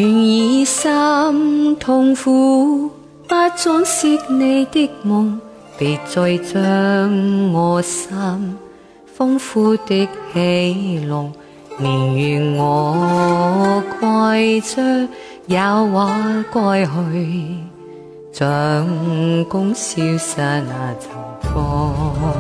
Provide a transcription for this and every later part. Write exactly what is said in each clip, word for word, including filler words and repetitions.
願以心痛苦，不裝飾你的夢，別再將我心豐富的喜樂。年月我攜着有話歸去，像公消失那陣風。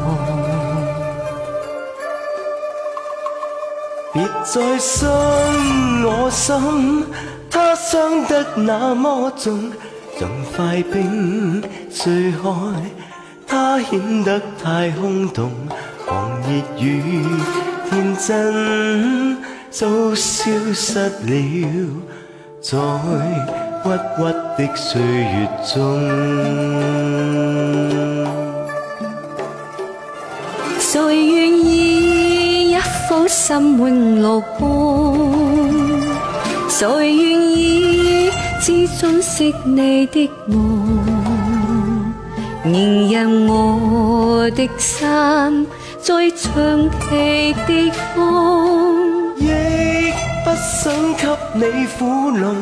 別再傷我心，它傷得那麼重，像塊冰碎開，它顯得太空洞。狂熱與天真都消失了，在鬱鬱的歲月中。 誰願意一顆心永落空？誰願意只裝飾你的夢？仍任我的心在長期的風， 亦不想給你苦弄。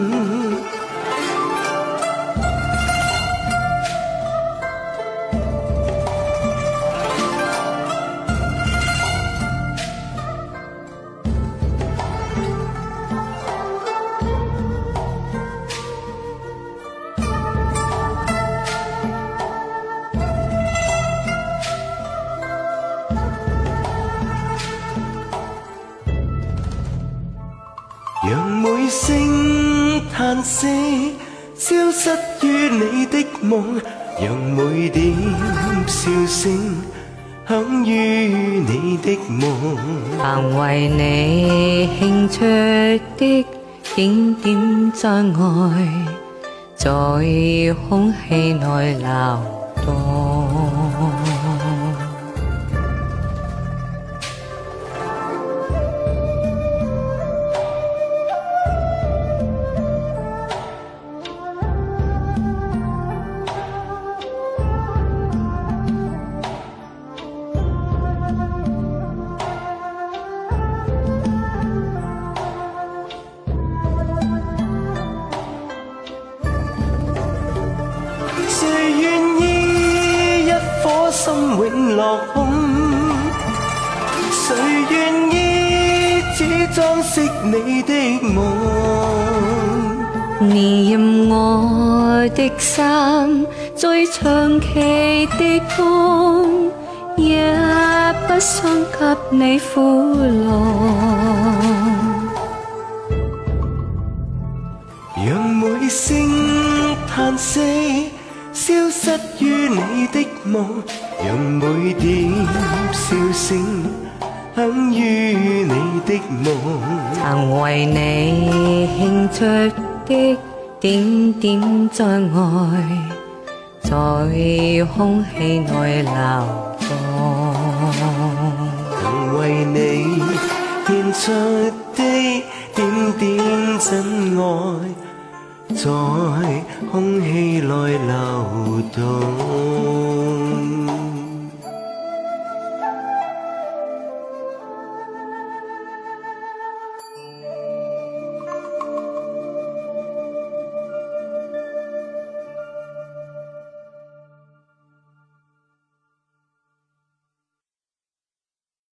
讓每聲嘆息消失於你的夢，讓每點笑聲響於你的夢。 但為你輕出的點點障礙，在空氣內流動。 誰願意一顆心永落空？誰願意只裝飾你的夢？ 你任我的心在長期的風，也不想給你苦樂。 讓每聲嘆息消失於你的夢，讓每點笑聲響於你的夢。 曾為你輕着的點點障礙，在空氣內流動。 曾為你獻出的點點真愛，在空氣內流動。